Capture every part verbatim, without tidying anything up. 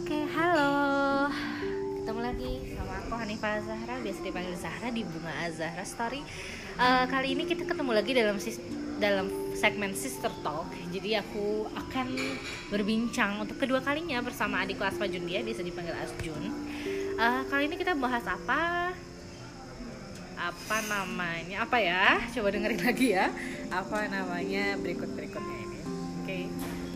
Oke, halo. Ketemu lagi sama aku Hanifah Zahra, biasa dipanggil Zahra di Bunga Azahra Story. Uh, kali ini kita ketemu lagi dalam sis- dalam segmen Sister Talk. Jadi aku akan berbincang untuk kedua kalinya bersama adikku Asma Jundia, biasa dipanggil Asjun. Uh, kali ini kita bahas apa? Apa namanya? Apa ya? Coba dengerin lagi ya. Apa namanya berikut-berikutnya ini. Oke. Okay.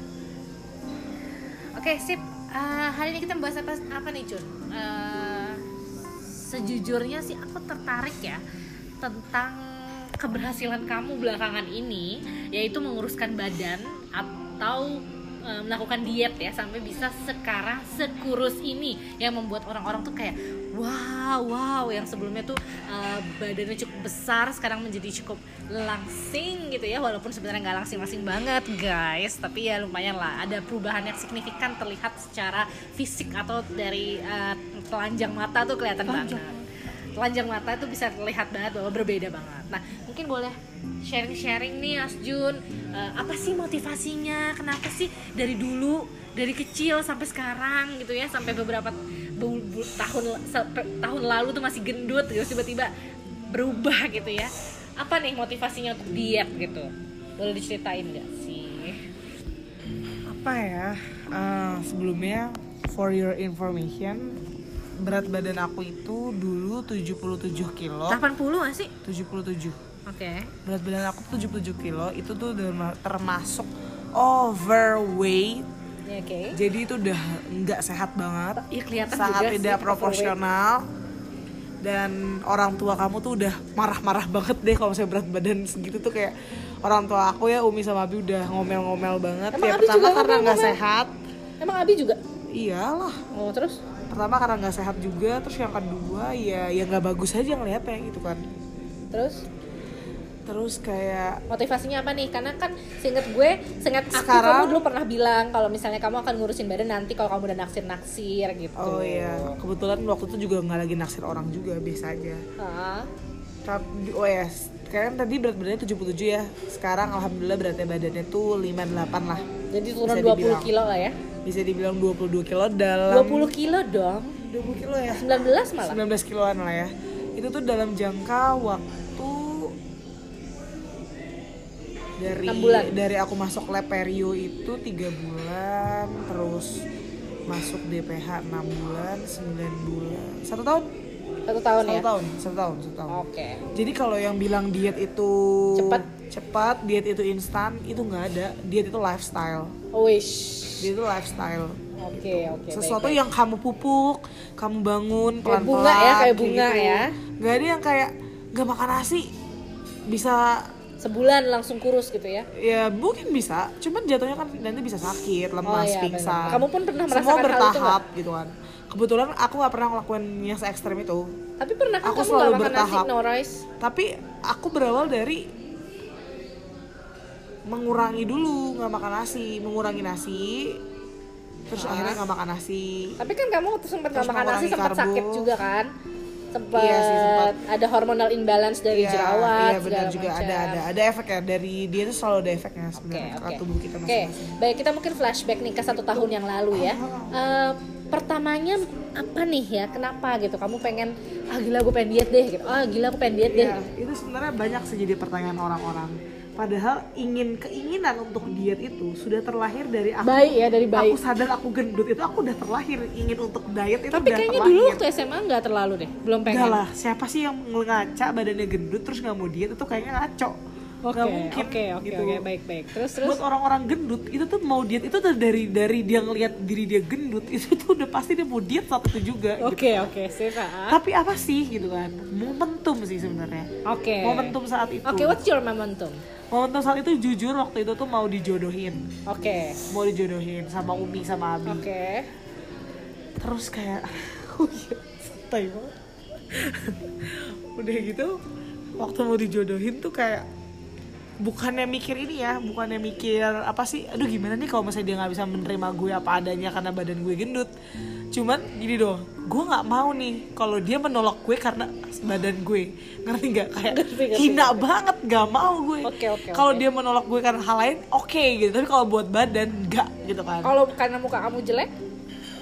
Oke, okay, sip. Uh, hari ini kita membahas apa, apa nih Jun? Uh, sejujurnya sih aku tertarik ya tentang keberhasilan kamu belakangan ini, yaitu menguruskan badan atau uh, melakukan diet ya, sampai bisa sekarang sekurus ini, yang membuat orang-orang tuh kayak wow, wow, yang sebelumnya tuh uh, badannya cukup besar sekarang menjadi cukup langsing gitu ya, walaupun sebenarnya nggak langsing-langsing banget guys, tapi ya lumayan lah, ada perubahan yang signifikan terlihat secara fisik atau dari uh, telanjang mata tuh kelihatan telanjang. banget telanjang mata itu bisa terlihat banget bahwa berbeda banget. Nah mungkin boleh sharing-sharing nih Asjun, uh, apa sih motivasinya, kenapa sih dari dulu, dari kecil sampai sekarang gitu ya, sampai beberapa bu- bu- tahun tahun lalu tuh masih gendut terus tiba-tiba berubah gitu ya, apa nih motivasinya untuk diet gitu, boleh diceritain nggak sih? Apa ya, uh, sebelumnya for your information, berat badan aku itu dulu tujuh puluh tujuh kilo. delapan puluh nggak sih? tujuh puluh tujuh. Oke. Okay. Berat badan aku tujuh puluh tujuh kilo, itu tuh udah termasuk overweight. Oke. Okay. Jadi itu udah nggak sehat banget. Iya, kelihatan sangat juga tidak sih, proporsional. Dan orang tua kamu tuh udah marah-marah banget deh kalau misalnya berat badan segitu tuh, kayak orang tua aku ya, Umi sama Abi udah ngomel-ngomel banget. Emang ya Abi pertama juga karena nggak ngomel-ngomel? sehat. Emang Abi juga? Iyalah. Oh terus? Pertama karena nggak sehat juga, terus yang kedua ya ya nggak bagus aja ngeliatnya gitu kan. Terus? Terus kayak motivasinya apa nih? Karena kan seinget gue, seinget aku sekarang, kamu dulu pernah bilang kalau misalnya kamu akan ngurusin badan nanti kalau kamu udah naksir-naksir gitu. Oh iya, kebetulan waktu itu juga nggak lagi naksir orang juga, biasa aja. Ah. Tapi oh ya, kan tadi berat badannya tujuh puluh tujuh ya. Sekarang alhamdulillah beratnya badannya tuh lima puluh delapan lah. Jadi turun dua puluh kilo lah ya. Bisa dibilang dua puluh dua kilo dalam dua puluh kilo dong. dua puluh kilo ya. sembilan belas malah. sembilan belas kiloan lah ya. Itu tuh dalam jangka waktu dari enam bulan. Dari aku masuk lab perio itu tiga bulan, terus masuk D P H enam bulan, sembilan bulan, satu tahun. Satu tahun satu ya? tahun, satu tahun, satu tahun. Oke. Okay. Jadi kalau yang bilang diet itu cepat, cepat, diet itu instan, itu nggak ada. Diet itu lifestyle. Wish. Diet itu lifestyle. Oke, okay, oke. Okay, sesuatu baik, yang kamu pupuk, kamu bangun pelan-pelan. Kayak bunga ya, kayak bunga gitu. ya. Gak ada yang kayak gak makan nasi bisa sebulan langsung kurus gitu ya? Ya mungkin bisa, cuman jatuhnya kan nanti bisa sakit, lemas, oh, iya, pingsan. Kamu pun pernah merasakan semua bertahap hal itu gitu kan. Kebetulan aku nggak pernah ngelakuin yang se-ekstrem itu. Tapi pernah kan aku kamu selalu nggak makan bertahap. nasi, no rice? Tapi aku berawal dari mengurangi dulu, nggak makan nasi, mengurangi nasi. Terus ah. akhirnya nggak makan nasi. Tapi kan kamu waktu sempat nggak makan nasi sempat karbo. sakit juga kan? Sempat, iya sih, sempat ada hormonal imbalance dari iya, jerawat. Iya benar juga macam. ada ada ada efek ya dari dia itu selalu ada efeknya sebenarnya okay, okay. ke tubuh kita masing-masing. Oke, okay. Baik, kita mungkin flashback nih ke satu tahun yang lalu ya. Uh, pertamanya apa nih ya? Kenapa gitu? Kamu pengen ah gila gue pengen diet deh gitu. Ah gila aku pengen diet iya, deh. Itu sebenarnya banyak sih jadi pertanyaan orang-orang. Padahal ingin keinginan untuk diet itu sudah terlahir dari aku. Baik ya, dari bayi. Aku sadar aku gendut itu aku udah terlahir ingin untuk diet itu. Tapi udah kayaknya terlahir. dulu waktu S M A nggak terlalu deh, belum pengen. Enggak lah, siapa sih yang ngaca badannya gendut terus nggak mau diet, itu kayaknya ngaco. Oke, nggak mungkin. Oke, oke, gitu. oke, baik, baik. Terus, terus. Buat orang-orang gendut itu tuh mau diet itu tuh dari dari dia ngelihat diri dia gendut itu tuh udah pasti dia mau diet saat itu juga. Oke, gitu. oke, sip. Tapi apa sih gitu kan? Momentum sih sebenarnya. Oke. Okay. Momentum saat itu. Oke, okay, what's your momentum? Momentum saat itu jujur waktu itu tuh mau dijodohin. Oke. Okay. Mau dijodohin sama Umi sama Abi. Oke. Okay. Terus kayak, oh iya, santai banget. Udah gitu, waktu mau dijodohin tuh kayak bukannya mikir ini ya, bukannya mikir apa sih, aduh gimana nih kalau misalnya dia nggak bisa menerima gue apa adanya karena badan gue gendut. Cuman gini doh, gue nggak mau nih kalau dia menolak gue karena badan gue, ngerti nggak? Kayak ngerti, ngerti, hina ngerti. banget, nggak mau gue. Okay, okay, kalau okay. dia menolak gue karena hal lain, oke okay, gitu. Tapi kalau buat badan, nggak gitu kan? Kalau karena muka kamu jelek?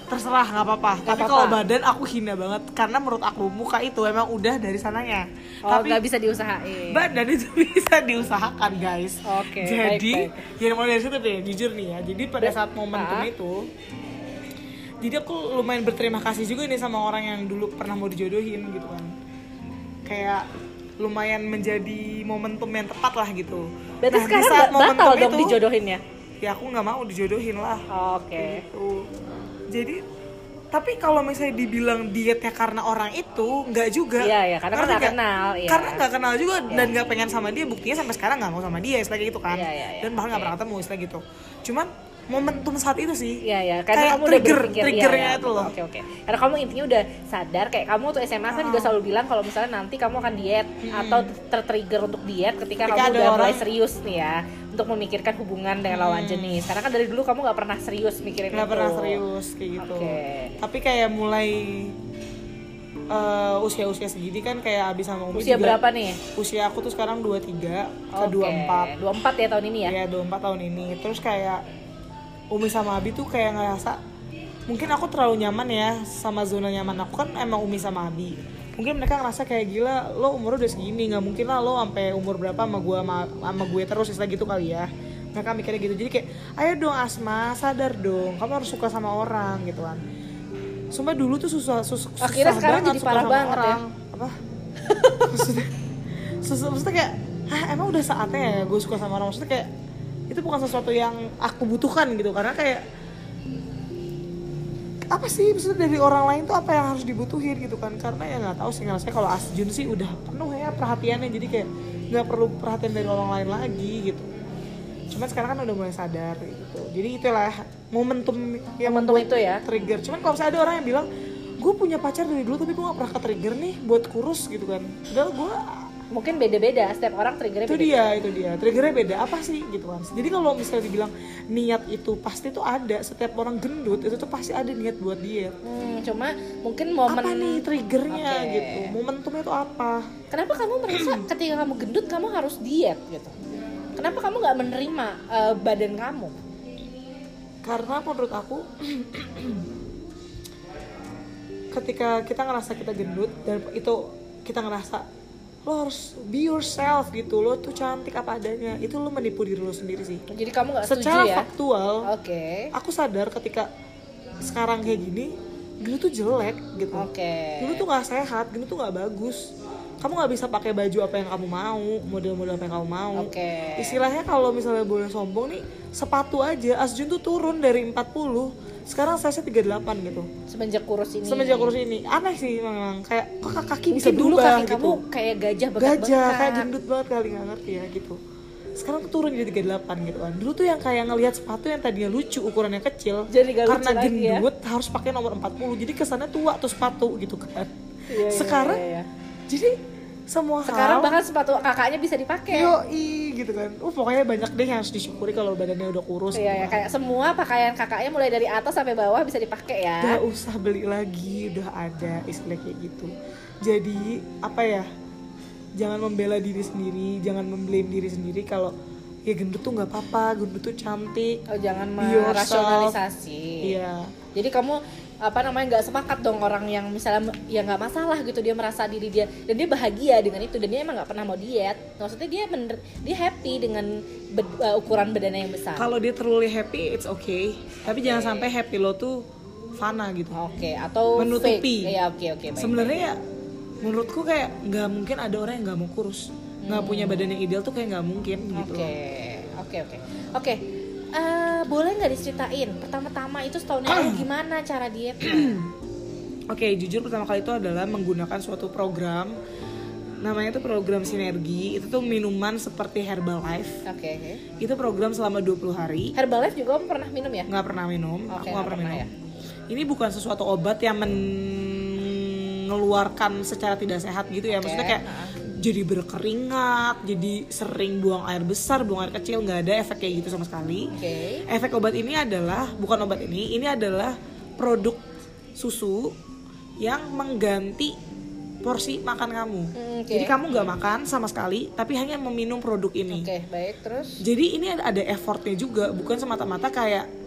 terserah nggak apa-apa. Nggak Tapi apa-apa. kalau badan aku hina banget karena menurut aku muka itu emang udah dari sananya. Oh, Tapi nggak bisa diusahain. badan itu bisa diusahakan guys. Oke, Jadi baik, ya mulai dari situ deh, jujur nih ya. Jadi pada saat momentum Ah. itu, jadi aku lumayan berterima kasih juga nih sama orang yang dulu pernah mau dijodohin gitu kan. Kayak lumayan menjadi momentum yang tepat lah gitu. Berarti Nah, di sekarang saat ba- batal momentum dong itu, dijodohinnya. ya aku nggak mau dijodohin lah. Oke. Gitu. Jadi tapi kalau misalnya dibilang dietnya karena orang itu nggak juga. Iya, iya, karena kan Ngerti nggak nggak? kenal, iya. Karena nggak kenal juga Iya. dan nggak pengen sama dia, buktinya sampai sekarang nggak mau sama dia istilah gitu kan. Iya, iya, iya. Dan bahkan nggak Oke. pernah ketemu istilah gitu. Cuman momentum saat itu sih. Iya ya, karena kayak kamu udah trigger, berpikir triggernya iya, iya, itu loh. Oke oke. Karena kamu intinya udah sadar kayak kamu tuh S M A kan juga Ah. selalu bilang kalau misalnya nanti kamu akan diet atau tertrigger untuk diet ketika, Ketika kamu ada udah orang- mulai serius nih ya untuk memikirkan hubungan dengan lawan jenis. Karena kan dari dulu kamu nggak pernah serius mikirin Nggak itu. pernah serius kayak gitu. Oke. Tapi kayak mulai eh, usia-usia segini kan kayak abis sama Umi Usia juga. berapa nih? Usia aku tuh sekarang dua puluh tiga ke Oke. dua puluh empat. dua puluh empat ya tahun ini ya. Iya, dua puluh empat tahun ini. Terus kayak Umi sama Abi tuh kayak ngerasa mungkin aku terlalu nyaman ya sama zona nyaman aku kan emang Umi sama Abi. Mungkin mereka ngerasa kayak gila, lo umur udah segini, nggak mungkin lah lo sampai umur berapa sama gue sama, sama gue terus istilah gitu kali ya. Mereka mikirnya gitu. Jadi kayak, ayo dong Asma, sadar dong, kamu harus suka sama orang gitu kan. Sumpah dulu tuh susah, sus, susah Akhirnya sekarang banget jadi suka parah sama banget ya. orang. Apa? maksudnya, susah, maksudnya kayak, ah emang udah saatnya ya gue suka sama orang. Maksudnya kayak itu bukan sesuatu yang aku butuhkan gitu, karena kayak apa sih maksudnya dari orang lain tuh apa yang harus dibutuhin gitu kan. Karena ya nggak tahu sih, ngerasa kalau Asjun sih udah penuh ya perhatiannya, jadi kayak nggak perlu perhatian dari orang lain lagi gitu. Cuman sekarang kan udah mulai sadar gitu. Jadi itulah momentum yang Momentum membuat itu ya. trigger. Cuman kalau misalnya ada orang yang bilang gue punya pacar dari dulu tapi gue gak pernah ke trigger nih buat kurus gitu kan, padahal gue Mungkin beda-beda, setiap orang triggernya itu beda. dia itu dia triggernya beda apa sih gitu kan. Jadi kalau misalnya dibilang niat itu pasti tuh ada, setiap orang gendut itu tuh pasti ada niat buat diet. Hmm, cuma mungkin momen Apa nih triggernya Oke. gitu, momentumnya itu apa? Kenapa kamu merasa ketika kamu gendut kamu harus diet gitu? Kenapa kamu nggak menerima eh, badan kamu? Karena menurut aku ketika kita ngerasa kita gendut dan itu kita ngerasa lo harus be yourself gitu, lo tuh cantik apa adanya, itu lo menipu diri lo sendiri sih. Jadi kamu nggak setuju Secara ya? faktual, Oke. aku sadar ketika sekarang kayak gini, dulu tuh jelek gitu. Oke. Dulu tuh nggak sehat, dulu tuh nggak bagus. Kamu nggak bisa pakai baju apa yang kamu mau, model-model apa yang kamu mau. Oke. Istilahnya kalau misalnya boleh sombong nih, sepatu aja Asjun tuh turun dari empat puluh, sekarang size-nya tiga puluh delapan gitu. Semenjak kurus ini. Semenjak kurus ini, aneh sih memang, kayak kok kaki bisa Mungkin dulu berubah kaki gitu. kamu kayak gajah bekat-bekat. Gajah, kayak gendut banget kali, nggak ngerti ya gitu. Sekarang tuh turun jadi tiga puluh delapan gitu kan. Dulu tuh yang kayak ngelihat sepatu yang tadinya lucu ukurannya kecil, Jadi nggak lucu karena lagi ya. gendut harus pakai nomor empat puluh. Jadi kesannya tua tuh sepatu gitu kan. Iya, iya, Sekarang iya, iya. jadi semua Sekarang hal bahkan sepatu kakaknya bisa dipakai. yoi gitu kan. Uh pokoknya banyak deh yang harus disyukuri kalau badannya udah kurus. Iya ya, gitu kan. kayak semua pakaian kakaknya mulai dari atas sampai bawah bisa dipakai ya. Gak usah beli lagi, udah ada istilah kayak gitu. Jadi apa ya, jangan membela diri sendiri, jangan memblame diri sendiri kalau ya gendut tuh nggak apa-apa, gendut tuh cantik. Oh, jangan Be yourself. merasionalisasi. Iya. Jadi kamu apa namanya nggak sepakat dong orang yang misalnya ya nggak masalah gitu, dia merasa diri dia dan dia bahagia dengan itu dan dia emang nggak pernah mau diet. Maksudnya dia bener, dia happy dengan bed- uh, ukuran badannya yang besar. Kalau dia terlalu happy, it's okay. Tapi jangan sampai happy lo tuh fana gitu. Oke, atau Menutupi. fake. Iya, oke oke baik. Sebenarnya ya menurutku kayak nggak mungkin ada orang yang nggak mau kurus, nggak punya badan yang ideal tuh kayak nggak mungkin gitu. Oke, oke oke. Oke. Eh, boleh nggak diceritain pertama-tama itu setahun yang lalu gimana cara dietnya? Oke, jujur pertama kali itu adalah menggunakan suatu program, namanya tuh program sinergi. Itu tuh minuman seperti Herbalife. Oke. Itu program selama dua puluh hari. Herbalife juga kamu pernah minum ya? Nggak pernah minum, Oke, aku nggak nggak pernah pernah minum. Ini bukan sesuatu obat yang mengeluarkan secara tidak sehat gitu ya. Oke, Maksudnya kayak nah. jadi berkeringat, jadi sering buang air besar, buang air kecil, nggak ada efek kayak gitu sama sekali. Oke. Efek obat ini adalah, bukan obat ini, ini adalah produk susu yang mengganti porsi makan kamu. Hmm, oke. Jadi kamu nggak makan sama sekali, tapi hanya meminum produk ini. Oke, baik terus. Jadi ini ada, ada effortnya juga, bukan semata-mata kayak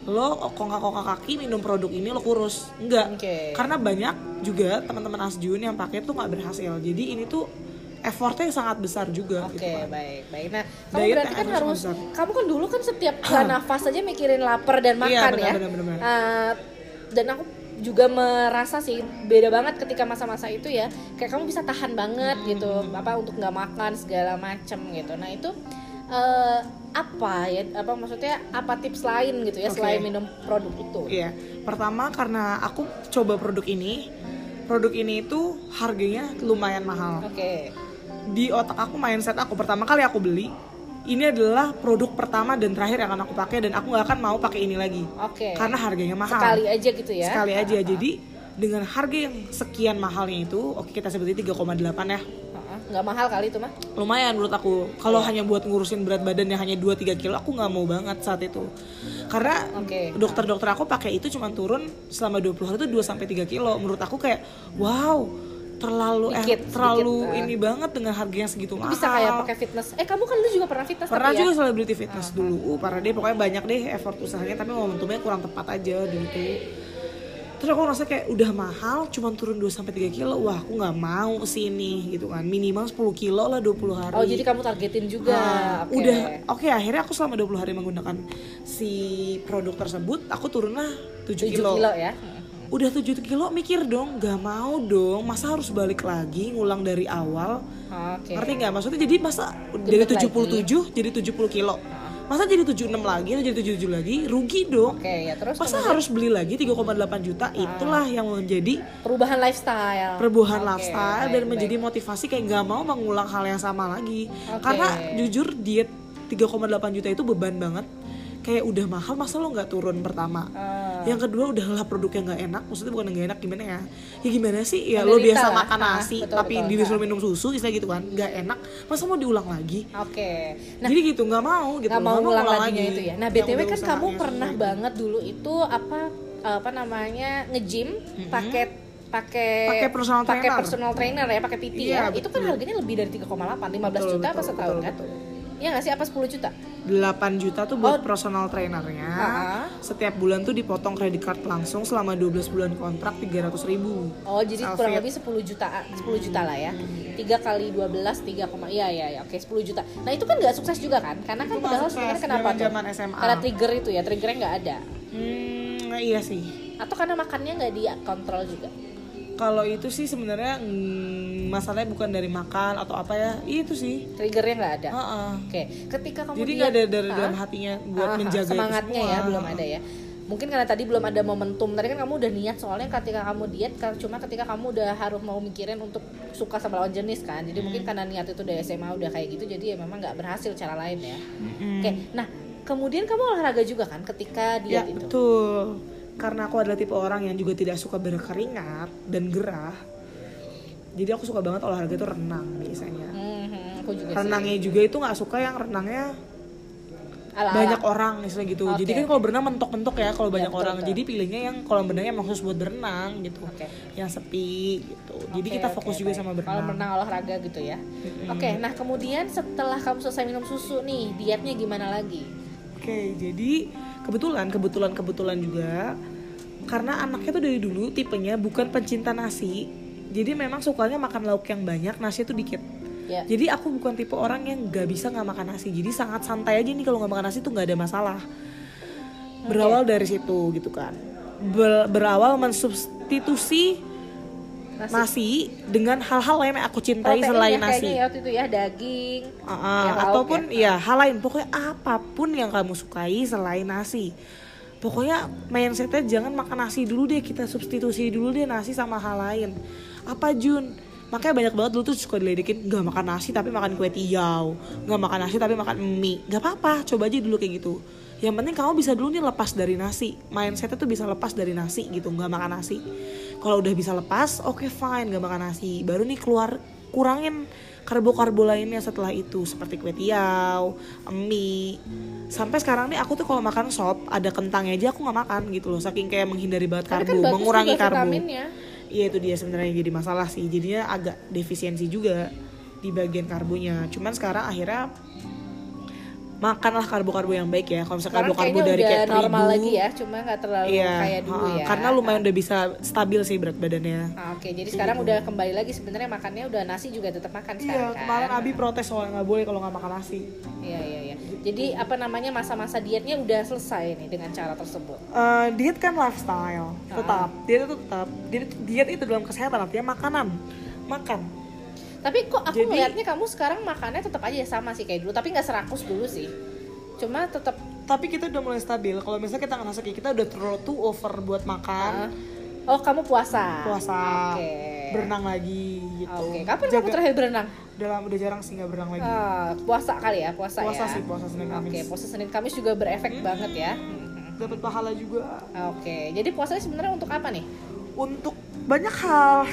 lo kongkak-kongkak kaki minum produk ini lo kurus. Enggak. Okay. Karena banyak juga teman-teman Asjun yang pakai tuh nggak berhasil. Jadi ini tuh effortnya sangat besar juga. Oke, gitu kan. baik, baik. Nah, kamu Diet berarti kan yang harus, besar. kamu kan dulu kan setiap nafas aja mikirin lapar dan makan Iya, benar, ya. benar, benar, benar. Uh, dan aku juga merasa sih beda banget ketika masa-masa itu ya, kayak kamu bisa tahan banget Hmm. gitu, apa untuk nggak makan segala macem gitu. Nah itu uh, apa ya? Apa maksudnya? Apa tips lain gitu ya Oke. selain minum produk itu? Iya. Pertama karena aku coba produk ini, produk ini itu harganya lumayan mahal. Oke. Di otak aku, mindset aku pertama kali aku beli, ini adalah produk pertama dan terakhir yang akan aku pakai dan aku nggak akan mau pakai ini lagi. Oke. Karena harganya mahal. Sekali aja gitu ya. Sekali aja. Jadi dengan harga yang sekian mahalnya itu, oke kita sebutin tiga koma delapan ya. Uh-uh. Nggak mahal kali itu mah. Lumayan menurut aku. Kalau Iya. hanya buat ngurusin berat badan yang hanya dua tiga kilo, aku nggak mau banget saat itu. Karena Oke. dokter-dokter aku pakai itu cuma turun selama dua puluh hari itu dua sampai tiga kilo. Menurut aku kayak wow, terlalu Dikit, eh terlalu sedikit, uh. ini banget dengan harga yang segitu mahal. Bisa kayak pakai fitness. Eh kamu kan dulu juga pernah fitness Pernah tapi juga ya? selebriti fitness dulu. Uh, parah deh, pokoknya banyak deh effort usahanya tapi momentumnya kurang tepat aja dulu tuh. Terus aku ngerasa kayak udah mahal cuma turun dua sampai tiga kilo. Wah, aku nggak mau sini gitu kan. Minimal sepuluh kilo lah dua puluh hari. Oh, jadi kamu targetin juga. Nah, Oke. udah oke akhirnya aku selama dua puluh hari menggunakan si produk tersebut, aku turunlah tujuh tujuh kilo. kilo ya. Udah tujuh kilo mikir dong, gak mau dong, masa harus balik lagi ngulang dari awal. Oke. Ngerti gak? Maksudnya jadi masa dari Gendut tujuh puluh tujuh lagi. jadi tujuh puluh kilo. Masa jadi tujuh puluh enam lagi atau jadi tujuh puluh tujuh lagi? Rugi dong. Oke, ya terus Masa kemudian harus beli lagi tiga koma delapan juta? Itulah yang menjadi perubahan lifestyle. perubahan Oke, lifestyle baik, dan baik. menjadi motivasi kayak gak mau mengulang hal yang sama lagi. Oke. Karena jujur diet tiga koma delapan juta itu beban banget. Kayak udah mahal, masa lo gak turun pertama? Ah. Yang kedua udahlah produk yang gak enak. Maksudnya bukan yang gak enak, gimana ya? Ya gimana sih? Ya lo Menderita biasa lah. makan Ah, nasi betul, tapi betul. disuruh Ah. minum susu istilah gitu kan. Gak enak, masa mau diulang lagi? Oke. Nah, Jadi gitu, gak mau gitu. nggak mau Nggak ngulang ngulang laginya lagi. itu ya. Nah, Yang B T W udah kan kamu usahanya pernah susah. banget dulu itu apa apa namanya nge-gym pakai pakai Pakai personal pakai trainer. personal trainer ya, pakai P T Iya, ya. Itu kan betul. harganya lebih dari tiga koma delapan, lima belas Betul, juta apa betul, setahun betul, kan? betul. Iya nggak sih, apa sepuluh juta? delapan juta tuh buat Oh. personal trainernya. Ah. Setiap bulan tuh dipotong kredit card langsung selama dua belas bulan kontrak tiga ratus ribu. Oh, jadi Selfie. kurang lebih sepuluh juta, sepuluh juta lah ya. tiga kali dua belas, tiga, iya iya ya. Oke, sepuluh juta. Nah, itu kan nggak sukses juga kan? Karena kan Itu nggak padahal sukses, sebenarnya kenapa tuh? zaman-zaman S M A. Karena trigger itu ya, triggernya nggak ada. Hmm, iya sih. Atau karena makannya nggak dikontrol juga? Kalau itu sih sebenarnya mm, masalahnya bukan dari makan atau apa ya, itu sih. Triggernya nggak ada. Heeh. Oke, ketika kamu Jadi diet- nggak ada dari Ah, dalam hatinya buat ah, ah, menjaga semangatnya itu semua. ya belum ada ya. Mungkin karena tadi belum ada momentum. Tadi kan kamu udah niat, soalnya ketika kamu diet kan cuma ketika kamu udah harus mau mikirin untuk suka sama lawan jenis kan. Jadi mungkin karena niat itu dari S M A udah kayak gitu, jadi ya memang nggak berhasil cara lain ya. Mm-mm. Oke, nah kemudian kamu olahraga juga kan ketika Ya diet itu? betul. Karena aku adalah tipe orang yang juga tidak suka berkeringat dan gerah. Jadi aku suka banget olahraga itu renang biasanya. Hmm, aku juga sih. Renangnya juga itu nggak suka yang renangnya Ala-ala. banyak orang istilah gitu. Oke, Jadi kan oke. kalau berenang mentok-mentok ya kalau Ya, banyak betul, orang. betul. Jadi pilihnya yang kolam berenangnya emang khusus buat berenang gitu. Oke. Yang sepi gitu. Jadi Oke, kita oke, fokus juga baik. sama Kalau berenang. berenang olahraga gitu ya. Oke, nah kemudian setelah kamu selesai minum susu nih, dietnya gimana lagi? Oke, jadi kebetulan kebetulan kebetulan juga karena anaknya tuh dari dulu tipenya bukan pencinta nasi. Jadi memang sukanya makan lauk yang banyak, nasi tuh dikit. Ya. Jadi aku bukan tipe orang yang nggak bisa nggak makan nasi. Jadi sangat santai aja nih kalau nggak makan nasi tuh nggak ada masalah. Berawal dari situ gitu kan. Ber- berawal mensubstitusi Nasi. nasi dengan hal-hal lain yang aku cintai Protein selain ya, nasi. kayaknya ya waktu itu ya, daging. Ah, ya, lauk ataupun ya. ya hal lain, pokoknya apapun yang kamu sukai selain nasi. Pokoknya mindsetnya jangan makan nasi dulu deh, kita substitusi dulu deh nasi sama hal lain. Apa Jun? Makanya banyak banget dulu tuh suka diledekin, nggak makan nasi tapi makan kue tiaw, nggak makan nasi tapi makan mie. Gak apa-apa, coba aja dulu kayak gitu. Yang penting kamu bisa dulu nih lepas dari nasi. Mindsetnya tuh bisa lepas dari nasi gitu, nggak makan nasi. Kalau udah bisa lepas, oke okay, fine, nggak makan nasi. Baru nih keluar kurangin karbo-karbo lainnya setelah itu seperti kue tiaw, mie. Sampai sekarang nih aku tuh kalau makan sop ada kentangnya aja aku nggak makan gitu loh, saking kayak menghindari banget Tapi karbo, kan bagus mengurangi juga karbo. vitaminnya. Iya itu dia sebenarnya yang jadi masalah sih, jadinya agak defisiensi juga di bagian karbonya. Cuman sekarang akhirnya makanlah karbo-karbo yang baik ya. Kalau misalkan Sekarang karbo-karbo kayaknya dari udah kayak terigu normal lagi ya, cuma nggak terlalu iya, kayak dulu uh, ya. karena lumayan udah bisa stabil sih berat badannya. Ah, Oke, jadi sekarang gitu. udah kembali lagi sebenarnya makannya udah nasi juga tetap makan Iya, sekarang kan? kemarin Abi protes soalnya nggak boleh kalau nggak makan nasi. Iya iya iya. Jadi apa namanya masa-masa dietnya udah selesai nih dengan cara tersebut. Uh, diet kan lifestyle, Ah. tetap diet itu tetap diet, diet itu dalam kesehatan artinya makanan, makan. Tapi kok aku Jadi- melihatnya kamu sekarang makannya tetap aja sama sih kayak dulu, tapi nggak serakus dulu sih. Cuma tetap Tapi kita udah mulai stabil. Kalau misalnya kita ngerasa kayak kita udah terlalu too over buat makan, oh kamu puasa. puasa, Oke. berenang lagi gitu. Oke, kapan kamu Jaga- terakhir berenang? Udah lama, udah jarang sih nggak berenang lagi. Ah, puasa kali ya, puasa, Puasa ya. sih, puasa Senin Kamis. Oke, puasa Senin Kamis juga berefek banget ya. Dapat pahala juga Oke, jadi puasanya sebenarnya untuk apa nih? untuk banyak hal.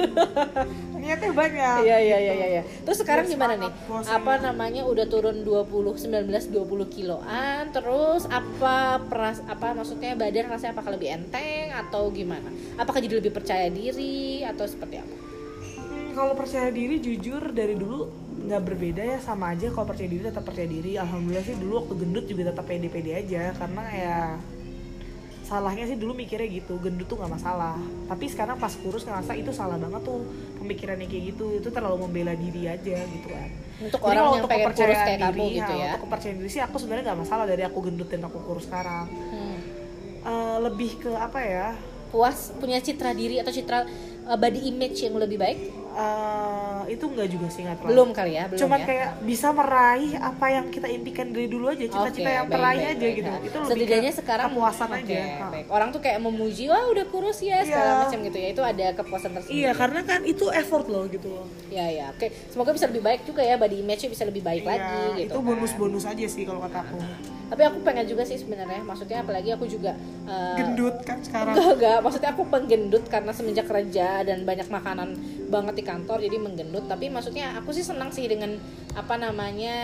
Niatnya banyak. Iya iya iya iya. Terus sekarang Biar gimana nih? semangat puasanya. Apa namanya udah turun dua puluh, sembilan belas, dua puluh kiloan. Terus apa peras apa maksudnya badan rasanya apakah lebih enteng atau gimana? Apakah jadi lebih percaya diri atau seperti apa? Hmm, kalau percaya diri jujur dari dulu nggak berbeda ya, sama aja. Kalau percaya diri tetap percaya diri. Alhamdulillah sih dulu waktu gendut juga tetap pede-pede aja, karena ya salahnya sih dulu mikirnya gitu, gendut tuh nggak masalah. Tapi sekarang pas kurus ngerasa itu salah banget tuh pemikirannya kayak gitu. Itu terlalu membela diri aja gitu kan. Untuk Jadi orang kalau yang untuk pengen kurus kepercayaan kayak kamu diri, gitu ya. Untuk kepercayaan diri sih aku sebenarnya nggak masalah dari aku gendut dan aku kurus sekarang. Hmm. Eh, lebih ke apa ya? Puas punya citra diri atau citra uh, body image yang lebih baik? Eh, itu enggak juga sih, nggak terlalu. Belum kali ya, belum Cuman ya. kayak bisa meraih apa yang kita impikan dari dulu aja, cita-cita Oke, yang baik, teraih baik, aja baik. gitu. Nah, Itu lebih setidaknya ke sekarang kepuasan oke, aja. Ha. baik. Orang tuh kayak memuji, wah udah kurus ya segala Iya. macam gitu ya. Itu ada kepuasan tersendiri. Iya, karena kan itu effort loh gitu loh. Ya ya, oke. Semoga bisa lebih baik juga ya, body image-nya bisa lebih baik lagi Iya, gitu. itu kan. bonus-bonus aja sih kalau kata aku. Tapi aku pengen juga sih sebenarnya, maksudnya apalagi aku juga uh, Gendut kan sekarang. Enggak, enggak, maksudnya aku penggendut karena semenjak kerja dan banyak makanan banget di kantor jadi menggendut. Tapi maksudnya aku sih senang sih dengan apa namanya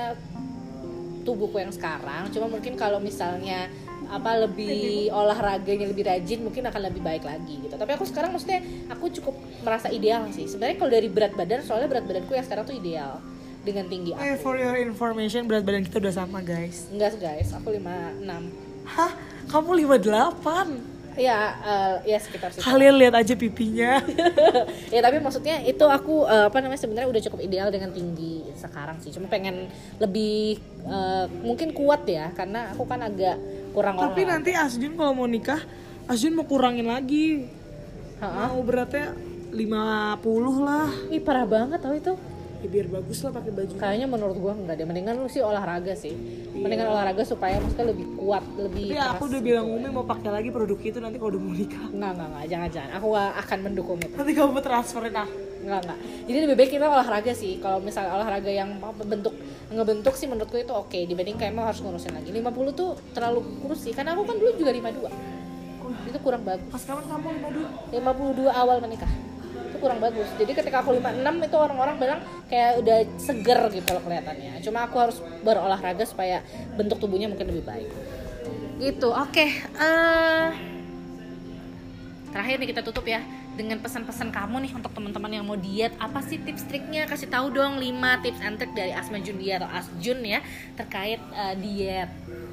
tubuhku yang sekarang. Cuma mungkin kalau misalnya apa lebih olahraganya lebih rajin mungkin akan lebih baik lagi gitu. Tapi aku sekarang maksudnya aku cukup merasa ideal sih. Sebenarnya kalau dari berat badan, soalnya berat badanku yang sekarang tuh ideal dengan tinggi Eh, aku. for your information, berat badan kita udah sama guys. Enggak guys, aku lima puluh enam. Hah? Kamu lima puluh delapan? Ya, uh, ya sekitar situ. Kalian lihat aja pipinya. Ya tapi maksudnya itu aku uh, apa namanya sebenarnya udah cukup ideal dengan tinggi sekarang sih. Cuma pengen lebih uh, mungkin kuat ya karena aku kan agak kurang Tapi olahraga. nanti Asjun kalau mau nikah, Asjun mau kurangin lagi. Ha-ha. Mau beratnya lima puluh lah. Ih parah banget tau itu. Ya, biar bagus lah pakai baju. Kayaknya menurut gua enggak deh. Mendingan lu sih olahraga sih. Mendingan olahraga supaya maksudnya lebih kuat, lebih Tapi aku keras udah gitu. bilang Umi mau pakai lagi produk itu nanti kalau udah mau nikah. Enggak, enggak, enggak, jangan, jangan. Aku akan mendukung itu. Nanti kamu transferin ah. Enggak, enggak. Jadi lebih baik kita olahraga sih. Kalau misalnya olahraga yang bentuk ngebentuk sih menurutku itu oke dibanding kayak mau harus ngurusin lagi. lima puluh tuh terlalu kurus sih. Karena aku kan dulu juga lima puluh dua. Itu kurang bagus. Pas kapan kamu lima puluh dua? lima puluh dua awal menikah. Itu kurang bagus. Jadi ketika aku lima puluh enam itu orang-orang bilang kayak udah seger gitu loh kelihatannya. Cuma aku harus berolahraga supaya bentuk tubuhnya mungkin lebih baik. Gitu. Oke. eh Terakhir nih kita tutup ya dengan pesan-pesan kamu nih untuk teman-teman yang mau diet. Apa sih tips triknya? Kasih tahu dong lima tips and trik dari Asma Jundia atau Asjun ya terkait eh, diet.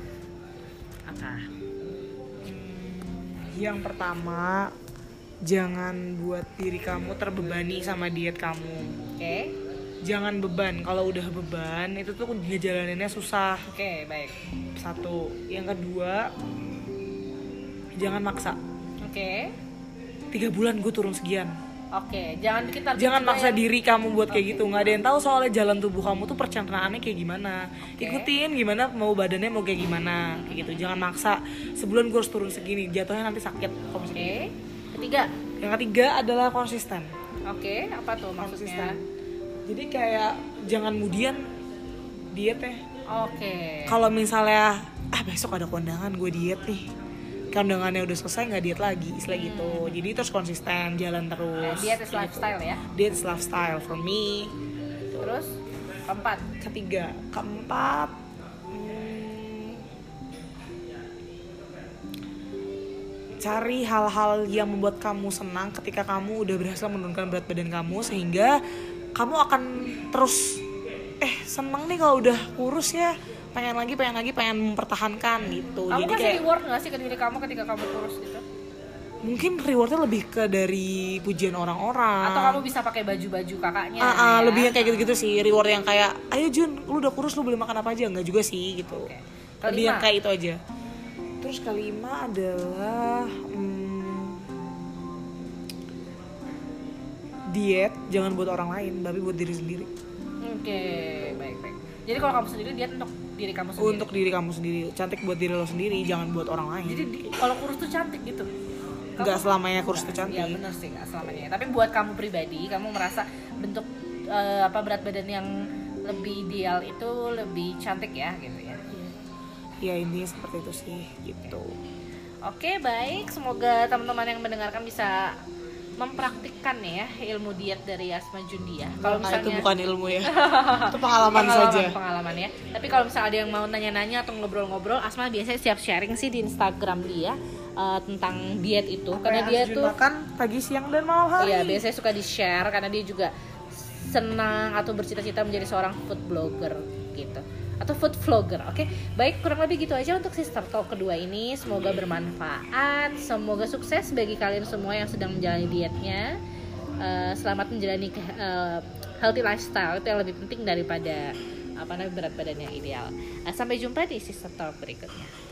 Apa? Yang pertama, jangan buat diri kamu terbebani sama diet kamu. Oke. Jangan beban. Kalau udah beban itu tuh ngejalaninnya susah. Oke, baik. Satu. Yang kedua, jangan maksa. Oke. Tiga bulan gue turun sekian. Oke, jangan bikin target Jangan juga maksa yang- diri kamu buat kayak Oke. gitu. Nggak ada yang tahu soalnya jalan tubuh kamu tuh percernaannya kayak gimana. Oke. Ikutin gimana mau badannya mau kayak gimana kayak gitu. Jangan maksa. Sebulan gue harus turun segini. Jatuhnya nanti sakit. Kalau misalnya Oke. Ketiga. Yang ketiga adalah konsisten. Oke, apa tuh maksudnya? Konsisten. Jadi kayak jangan kemudian diet ya. Oke. Kalau misalnya ah besok ada kondangan gue diet nih. Kondangannya udah selesai nggak diet lagi, istilah gitu. Jadi terus konsisten, jalan Nah, terus. diet is lifestyle ya. Diet is lifestyle for me. Terus keempat. Ketiga, keempat. hmm, Cari hal-hal yang membuat kamu senang ketika kamu udah berhasil menurunkan berat badan kamu sehingga kamu akan terus eh seneng nih kalau udah kurus ya, pengen lagi pengen lagi pengen mempertahankan gitu. Kamu Jadi kasih kayak reward nggak sih ke diri kamu ketika kamu kurus gitu? mungkin rewardnya lebih ke dari pujian orang-orang. Atau kamu bisa pakai baju-baju kakaknya? Ah, ah, ya? lebih yang kayak gitu-gitu sih, reward yang kayak ayo Jun, lu udah kurus lu boleh makan apa aja, enggak juga sih gitu. Oke. Lebih Kelima. yang kayak itu aja. Terus kelima adalah hmm, diet jangan buat orang lain, tapi buat diri sendiri. Oke, baik-baik. Jadi kalau kamu sendiri diet untuk diri kamu sendiri. Untuk diri kamu sendiri, cantik buat diri lo sendiri, jangan buat orang lain. Jadi di- kalau kurus tuh cantik gitu. Nggak selamanya kurus itu cantik. Ya benar sih, nggak selamanya. Tapi buat kamu pribadi, kamu merasa bentuk eh, apa berat badan yang lebih ideal itu lebih cantik ya, gitu ya. Ya intinya seperti itu sih, gitu. Oke, baik. Semoga teman-teman yang mendengarkan bisa mempraktikkan ya ilmu diet dari Asma Jundia. Kalau Nah, misalnya itu bukan ilmu ya, itu pengalaman, saja. Pengalaman ya. Tapi kalau misalnya ada yang mau nanya-nanya atau ngobrol-ngobrol, Asma biasanya siap sharing sih di Instagram dia uh, tentang diet itu. Apa Karena yang dia harus tuh dimakan pagi, siang, dan malam hari. iya biasanya suka di share karena dia juga senang atau bercita-cita menjadi seorang food blogger gitu atau food vlogger. Oke, baik, kurang lebih gitu aja untuk Sister Talk kedua ini. Semoga bermanfaat, semoga sukses bagi kalian semua yang sedang menjalani dietnya. Uh, selamat menjalani ke, uh, healthy lifestyle, itu yang lebih penting daripada apa namanya berat badan yang ideal. Uh, sampai jumpa di Sister Talk berikutnya.